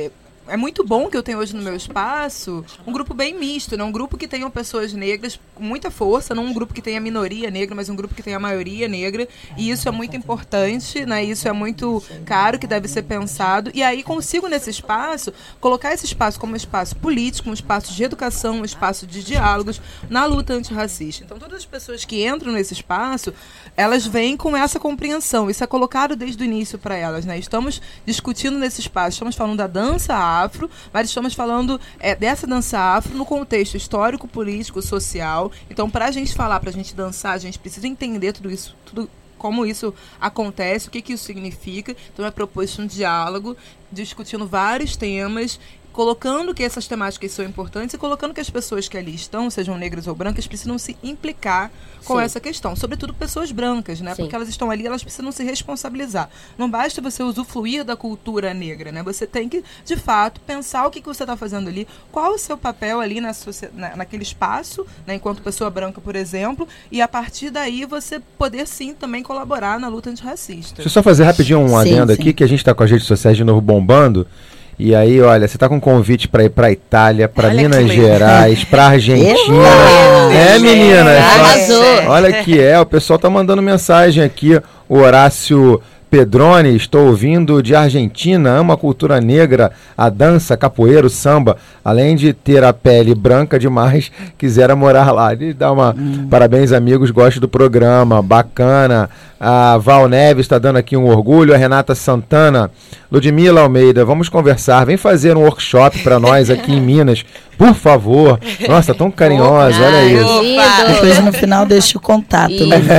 é muito bom que eu tenho hoje no meu espaço um grupo bem misto, né? Um grupo que tenham pessoas negras com muita força, não um grupo que tenha minoria negra, mas um grupo que tenha a maioria negra, e isso é muito importante, né? Isso é muito caro, que deve ser pensado, e aí consigo nesse espaço, colocar esse espaço como um espaço político, um espaço de educação, um espaço de diálogos na luta antirracista. Então todas as pessoas que entram nesse espaço, elas vêm com essa compreensão, isso é colocado desde o início para elas, né? Estamos discutindo nesse espaço, estamos falando da dança afro, mas estamos falando dessa dança afro no contexto histórico, político, social. Então, para a gente falar, para a gente dançar, a gente precisa entender tudo isso, como isso acontece, o que isso significa. Então, é proposto um diálogo, discutindo vários temas, colocando que essas temáticas são importantes e colocando que as pessoas que ali estão, sejam negras ou brancas, precisam se implicar com essa questão. Sobretudo pessoas brancas, né? Sim. Porque elas estão ali, elas precisam se responsabilizar. Não basta você usufruir da cultura negra, né? Você tem que, de fato, pensar o que você está fazendo ali, qual o seu papel ali naquele espaço, né? Enquanto pessoa branca, por exemplo, e a partir daí você poder, sim, também colaborar na luta antirracista. Deixa eu só fazer rapidinho um adendo aqui, que a gente está com as redes sociais de novo bombando. E aí, olha, você tá com convite pra ir pra Itália, pra Minas Gerais, pra Argentina. Menina? Olha que o pessoal tá mandando mensagem aqui. O Horácio Pedrone, estou ouvindo de Argentina, ama a cultura negra, a dança, capoeira, o samba. Além de ter a pele branca demais, quisera morar lá. Ele dá parabéns, amigos, gosto do programa, bacana. A Val Neves está dando aqui um orgulho. A Renata Santana, Ludmila Almeida, vamos conversar, vem fazer um workshop para nós aqui em Minas, por favor. Nossa, tão carinhosa, olha isso. Depois no final deixa o contato.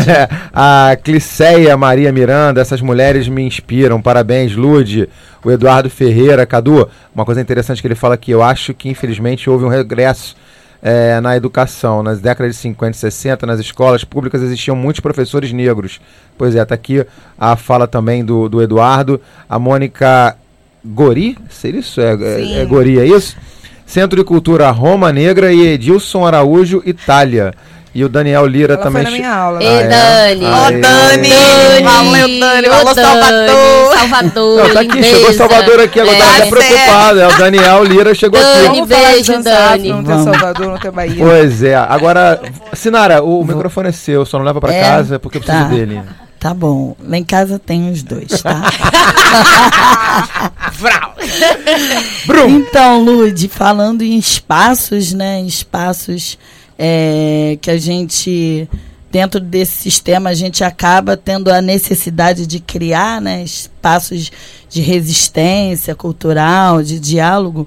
A Cliceia Maria Miranda, essas mulheres me inspiram, parabéns, Lud. O Eduardo Ferreira, Cadu, uma coisa interessante que ele fala aqui, eu acho que infelizmente houve um regresso na educação. Nas décadas de 50 e 60, nas escolas públicas existiam muitos professores negros. Pois é, tá aqui a fala também do Eduardo. A Mônica Gori, seria isso? É Gori, é isso? Centro de Cultura Roma Negra e Edilson Araújo, Itália. E o Daniel Lira ela também. Foi na minha aula. Dani! Dani! Valeu, Dani! Valeu, Salvador! Salvador! Não, tá aqui, chegou Salvador aqui, agora tá até preocupado. O Daniel Lira chegou aqui. Vamos beijo, Dani. Não tem Salvador, não tem Bahia. Pois é. Agora, Sinara, o microfone é seu, só não leva pra casa porque eu preciso dele. Tá bom. Lá em casa tem os dois, tá? Então, Lud, falando em espaços, né? Espaços que a gente, dentro desse sistema, a gente acaba tendo a necessidade de criar, né? Espaços de resistência cultural, de diálogo.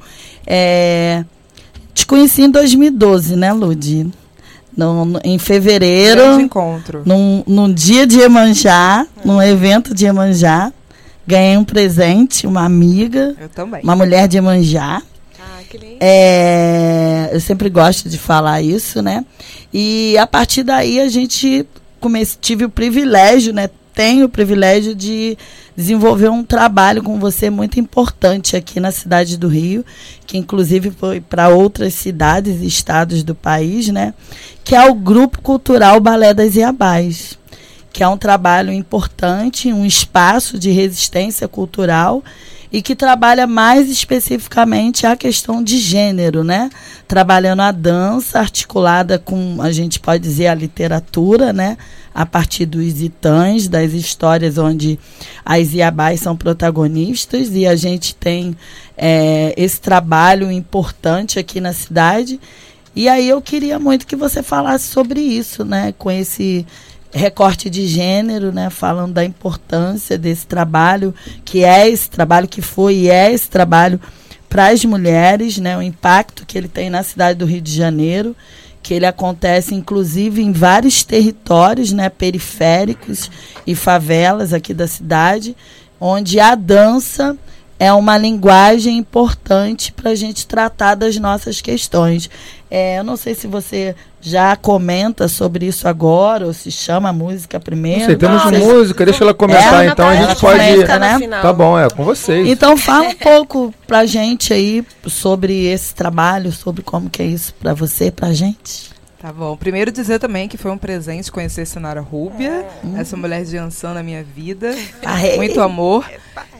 Te conheci em 2012, né, Lud? Em fevereiro, encontro. Num dia de Iemanjá, num evento de Iemanjá, ganhei um presente, uma amiga, eu também. Uma mulher de Iemanjá. Que lindo. Eu sempre gosto de falar isso, né? E a partir daí a gente tive o privilégio, né? Tenho o privilégio de desenvolver um trabalho com você muito importante aqui na cidade do Rio, que inclusive foi para outras cidades e estados do país, né? Que é o Grupo Cultural Balé das Iabás, que é um trabalho importante, um espaço de resistência cultural e que trabalha mais especificamente a questão de gênero, né? Trabalhando a dança articulada com, a gente pode dizer, a literatura, né? A partir dos itãs, das histórias onde as iabás são protagonistas, e a gente tem esse trabalho importante aqui na cidade. E aí eu queria muito que você falasse sobre isso, né? Com esse recorte de gênero, né, falando da importância desse trabalho, que é esse trabalho que foi e é esse trabalho para as mulheres, né, o impacto que ele tem na cidade do Rio de Janeiro, que ele acontece inclusive em vários territórios, né, periféricos e favelas aqui da cidade, onde a dança é uma linguagem importante para a gente tratar das nossas questões. Eu não sei se você já comenta sobre isso agora, ou se chama a música primeiro. Não sei, temos música, deixa ela comentar, então a gente pode... Comenta, né? Tá bom, com vocês. Então fala um pouco pra gente aí sobre esse trabalho, sobre como que é isso pra você, pra gente. Tá bom. Primeiro dizer também que foi um presente conhecer Sinara Rúbia, essa mulher de Ançã na minha vida. Muito amor.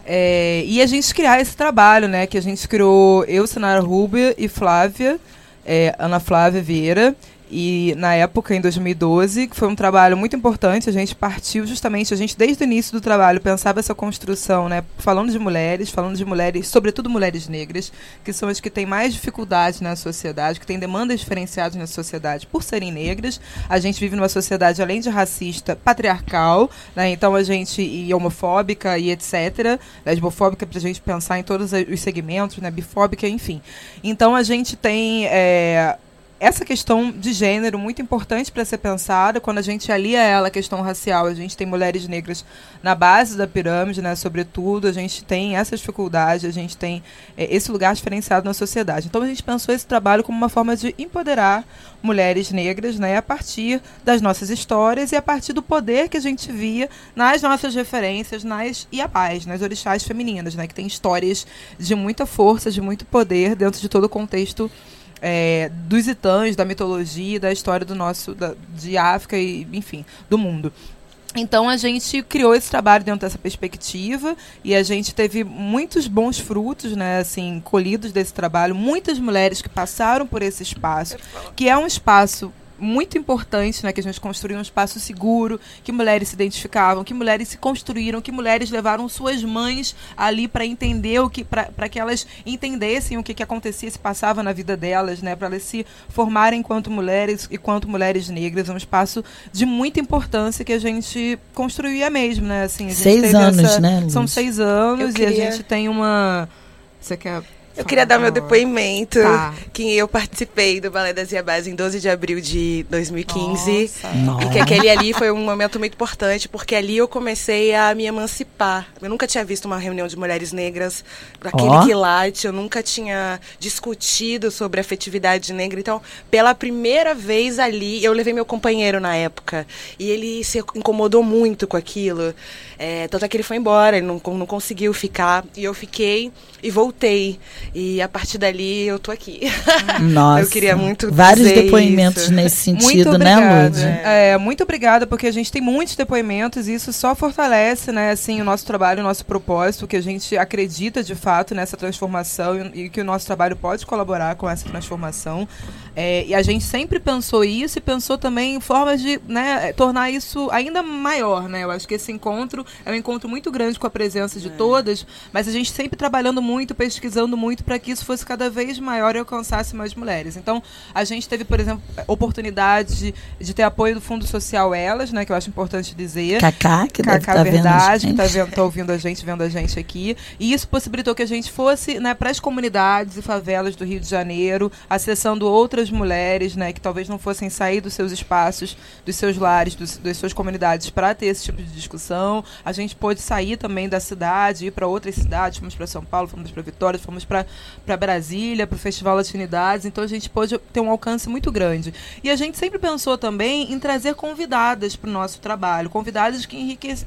E a gente criar esse trabalho, né? Que a gente criou, eu, Sinara Rubia e Flávia, Ana Flávia Vieira. E na época, em 2012, que foi um trabalho muito importante, a gente partiu justamente, desde o início do trabalho pensava essa construção, né, falando de mulheres, sobretudo mulheres negras, que são as que têm mais dificuldades na sociedade, que têm demandas diferenciadas na sociedade por serem negras. A gente vive numa sociedade, além de racista, patriarcal, né, então e homofóbica e etc. Lesbofóbica, para a gente pensar em todos os segmentos, né, bifóbica, enfim. Então a gente tem... essa questão de gênero muito importante para ser pensada, quando a gente alia ela à questão racial, a gente tem mulheres negras na base da pirâmide, né, sobretudo, a gente tem essa dificuldade, a gente tem esse lugar diferenciado na sociedade. Então a gente pensou esse trabalho como uma forma de empoderar mulheres negras, né, a partir das nossas histórias e a partir do poder que a gente via nas nossas referências, nas Iabás, nas orixás femininas, né, que tem histórias de muita força, de muito poder dentro de todo o contexto dos itãs, da mitologia, da história de África e, enfim, do mundo. Então a gente criou esse trabalho dentro dessa perspectiva e a gente teve muitos bons frutos, né, assim, colhidos desse trabalho, muitas mulheres que passaram por esse espaço, que é um espaço muito importante, né, que a gente construiu um espaço seguro, que mulheres se identificavam, que mulheres se construíram, que mulheres levaram suas mães ali para entender para que elas entendessem o que acontecia, se passava na vida delas, né, para elas se formarem enquanto mulheres negras. É um espaço de muita importância que a gente construía mesmo, né, assim, a gente 6 anos, né, Luz? São 6 anos e a gente tem uma... Você quer... Eu queria dar meu depoimento, que eu participei do Balé das Iabás em 12 de abril de 2015. Nossa. E que aquele ali foi um momento muito importante, porque ali eu comecei a me emancipar. Eu nunca tinha visto uma reunião de mulheres negras, aquele quilate, eu nunca tinha discutido sobre afetividade negra. Então, pela primeira vez ali, eu levei meu companheiro na época, e ele se incomodou muito com aquilo. Tanto é que ele foi embora, ele não conseguiu ficar, e eu fiquei e voltei. E a partir dali eu tô aqui. Nossa. Eu queria muito vários dizer depoimentos isso. nesse sentido, né, Lud? Muito obrigada, porque a gente tem muitos depoimentos e isso só fortalece, né, assim, o nosso trabalho, o nosso propósito, que a gente acredita de fato nessa transformação e que o nosso trabalho pode colaborar com essa transformação. E a gente sempre pensou isso e pensou também em formas de, né, tornar isso ainda maior, né? Eu acho que esse encontro é um encontro muito grande com a presença de todas, mas a gente sempre trabalhando muito, pesquisando muito para que isso fosse cada vez maior e alcançasse mais mulheres. Então, a gente teve, por exemplo, oportunidade de ter apoio do Fundo Social Elas, né, que eu acho importante dizer. Cacá, que deve estar Verdade, vendo a gente. que tá ouvindo a gente, vendo a gente aqui. E isso possibilitou que a gente fosse, né, para as comunidades e favelas do Rio de Janeiro, acessando outras mulheres, né, que talvez não fossem sair dos seus espaços, dos seus lares, das suas comunidades para ter esse tipo de discussão. A gente pôde sair também da cidade, ir para outras cidades, fomos para São Paulo, fomos para Vitória, fomos para Brasília, para o Festival Latinidades, então a gente pôde ter um alcance muito grande. E a gente sempre pensou também em trazer convidadas para o nosso trabalho, convidadas que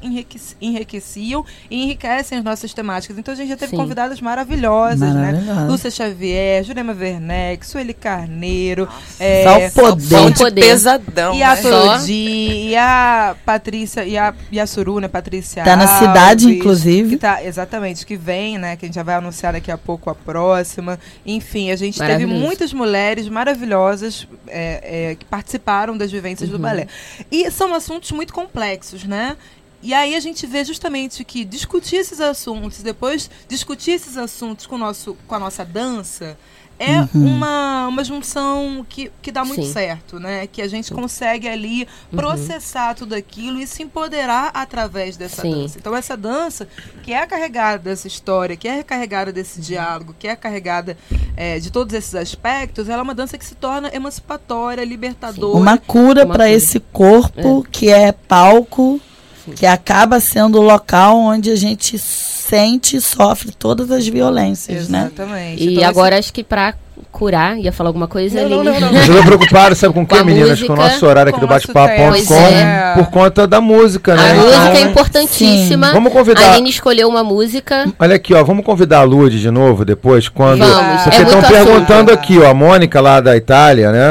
enriqueciam e enriquecem as nossas temáticas. Então a gente já teve convidadas maravilhosas, né? Lúcia Xavier, Jurema Werneck, Sueli Carneiro, só o poder. Pesadão, e a né? Torodi, e a Patrícia, e a Suru, né, Patrícia Tá na cidade, Alves, inclusive. que tá, exatamente, que vem, né, que a gente já vai anunciar daqui a pouco a próxima. Enfim, a gente teve muitas mulheres maravilhosas que participaram das vivências do balé. E são assuntos muito complexos, né? E aí a gente vê justamente que discutir esses assuntos, depois discutir esses assuntos com a nossa dança, é uma junção que dá muito certo, né? Que a gente consegue ali processar tudo aquilo e se empoderar através dessa dança. Então essa dança, que é carregada dessa história, que é carregada desse diálogo, que é carregada de todos esses aspectos, ela é uma dança que se torna emancipatória, libertadora. Uma cura para esse corpo que é palco, que acaba sendo o local onde a gente sente e sofre todas as violências, né? Exatamente. E então, agora acho que para curar, ia falar alguma coisa ali. Não. Eu tô preocupado, sabe com o que, meninas? Com o nosso horário aqui do bate-papo.com, por conta da música, né? A música é importantíssima. Vamos convidar. A Aline escolheu uma música. Olha aqui, ó, vamos convidar a Lud de novo depois, quando... Vamos. Porque estão perguntando aqui, ó, a Mônica lá da Itália, né?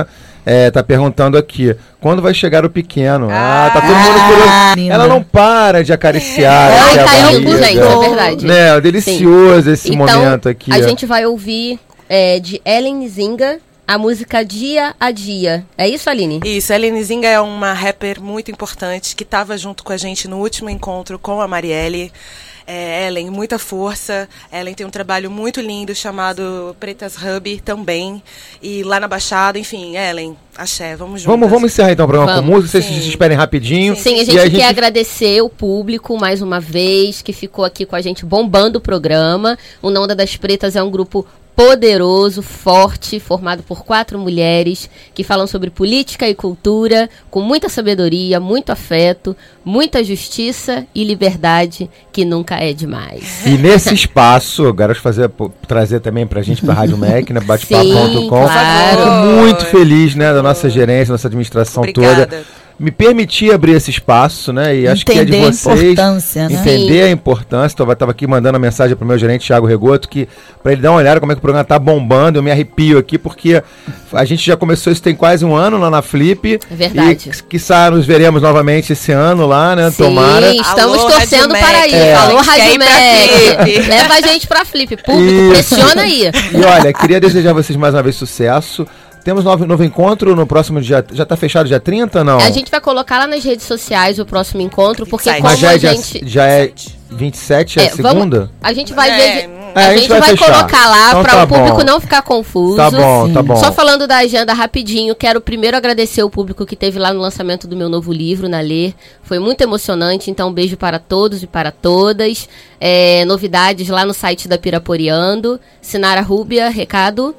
tá perguntando aqui, quando vai chegar o pequeno? Tá todo mundo curioso. Ela não para de acariciar. Tá indo, gente, é verdade. Né, delicioso esse momento aqui. A gente vai ouvir de Ellen Zinga a música Dia a Dia. É isso, Aline? Isso, a Ellen Zinga é uma rapper muito importante que estava junto com a gente no último encontro com a Marielle. Ellen, muita força. Ellen tem um trabalho muito lindo chamado Pretas Hub também. E lá na Baixada, enfim, Ellen, axé, vamos juntos. Vamos encerrar então o programa com música, vocês se esperem rapidinho. Sim, a gente quer agradecer o público mais uma vez, que ficou aqui com a gente bombando o programa. O Não Onda das Pretas é um grupo poderoso, forte, formado por 4 mulheres que falam sobre política e cultura com muita sabedoria, muito afeto, muita justiça e liberdade, que nunca é demais. E nesse espaço, eu quero trazer também pra gente, pra Rádio MEC, né, batepapo.com. Claro. Muito feliz, né, da nossa gerência, nossa administração toda. Me permitir abrir esse espaço, né? E acho que é de vocês a importância, né? Entender a importância. Então, eu estava aqui mandando a mensagem para o meu gerente, Thiago Regoto, para ele dar uma olhada como é que o programa está bombando. Eu me arrepio aqui, porque a gente já começou isso tem quase um ano lá na Flip. É verdade. E quiçá nos veremos novamente esse ano lá, né? Sim, tomara. Estamos torcendo para ir. Alô, Rádio MEC. Leva a gente para Flip. Público, pressiona aí. E olha, queria desejar a vocês mais uma vez sucesso. Temos novo encontro no próximo dia. Já está fechado dia 30, não? A gente vai colocar lá nas redes sociais o próximo encontro, porque 27. como Mas já a é gente... já é 27, é segunda? A gente vai ver... a gente vai colocar lá então, para tá o público bom. não ficar confuso. Tá bom, tá bom. Só falando da agenda rapidinho, quero primeiro agradecer o público que esteve lá no lançamento do meu novo livro, na Ler. Foi muito emocionante, então um beijo para todos e para todas. Novidades lá no site da Piraporeando. Sinara Rúbia, recado...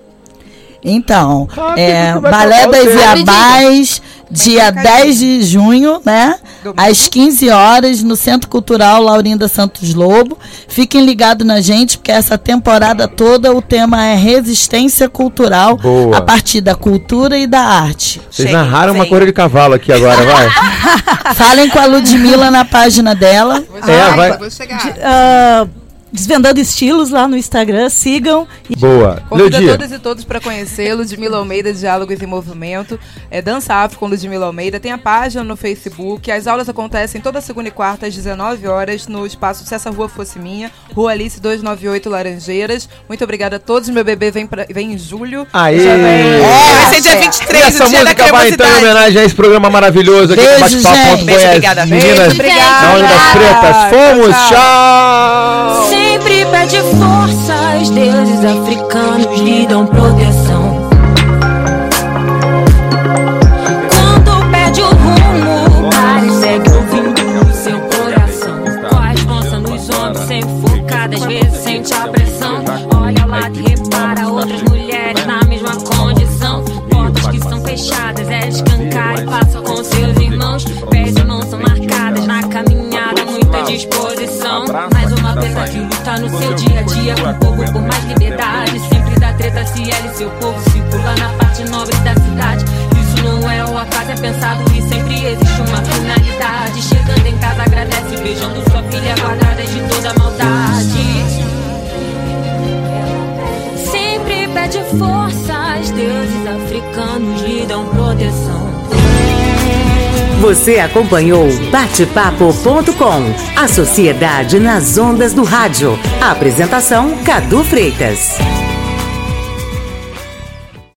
Então, Balé das Iabás, dia 10 de junho, né? Às 15 horas, no Centro Cultural Laurinda Santos Lobo. Fiquem ligados na gente, porque essa temporada toda o tema é resistência cultural. Boa. A partir da cultura e da arte. Vocês narraram uma corrida de cavalo aqui agora, vai. Falem com a Ludmilla na página dela. Vou chegar. Desvendando Estilos lá no Instagram, sigam. Boa. Convido a todas e todos para conhecer Ludmilla Almeida, Diálogos em Movimento, Dança Afro com Ludmilla Almeida, tem a página no Facebook, as aulas acontecem toda segunda e quarta às 19 horas no espaço Se Essa Rua Fosse Minha, Rua Alice 298 Laranjeiras. Muito obrigada a todos, meu bebê vem em julho. Aê! Vai ser dia 23, e essa o dia da música vai então em homenagem a esse programa maravilhoso aqui do Bate-Papo. Beijo, obrigada. Meninas, Obrigada. da Onda das Pretas, fomos, tchau! Sempre pede força, os deuses africanos lhe dão proteção. Quando perde o rumo, segue ouvindo o seu coração. Com a responsa nos ombros, sempre focada, às vezes sente a pressão. Olha lá que repara outras mulheres na mesma condição. Portas que são fechadas, escancar e passa com seus irmãos. Pés e mãos são marcadas na caminhada, muita disposição. Mais uma preta que luta no seu dia a dia, com o povo por mais liberdade. Sempre dá treta se ela e seu povo circula na parte nobre da cidade. Isso não é um acaso, é pensado e sempre existe uma finalidade. Chegando em casa agradece, beijando sua filha guardada de toda maldade. Sempre pede força, os deuses africanos lhe dão proteção. Você acompanhou Batepapo.com, a sociedade nas ondas do rádio. A apresentação, Cadu Freitas.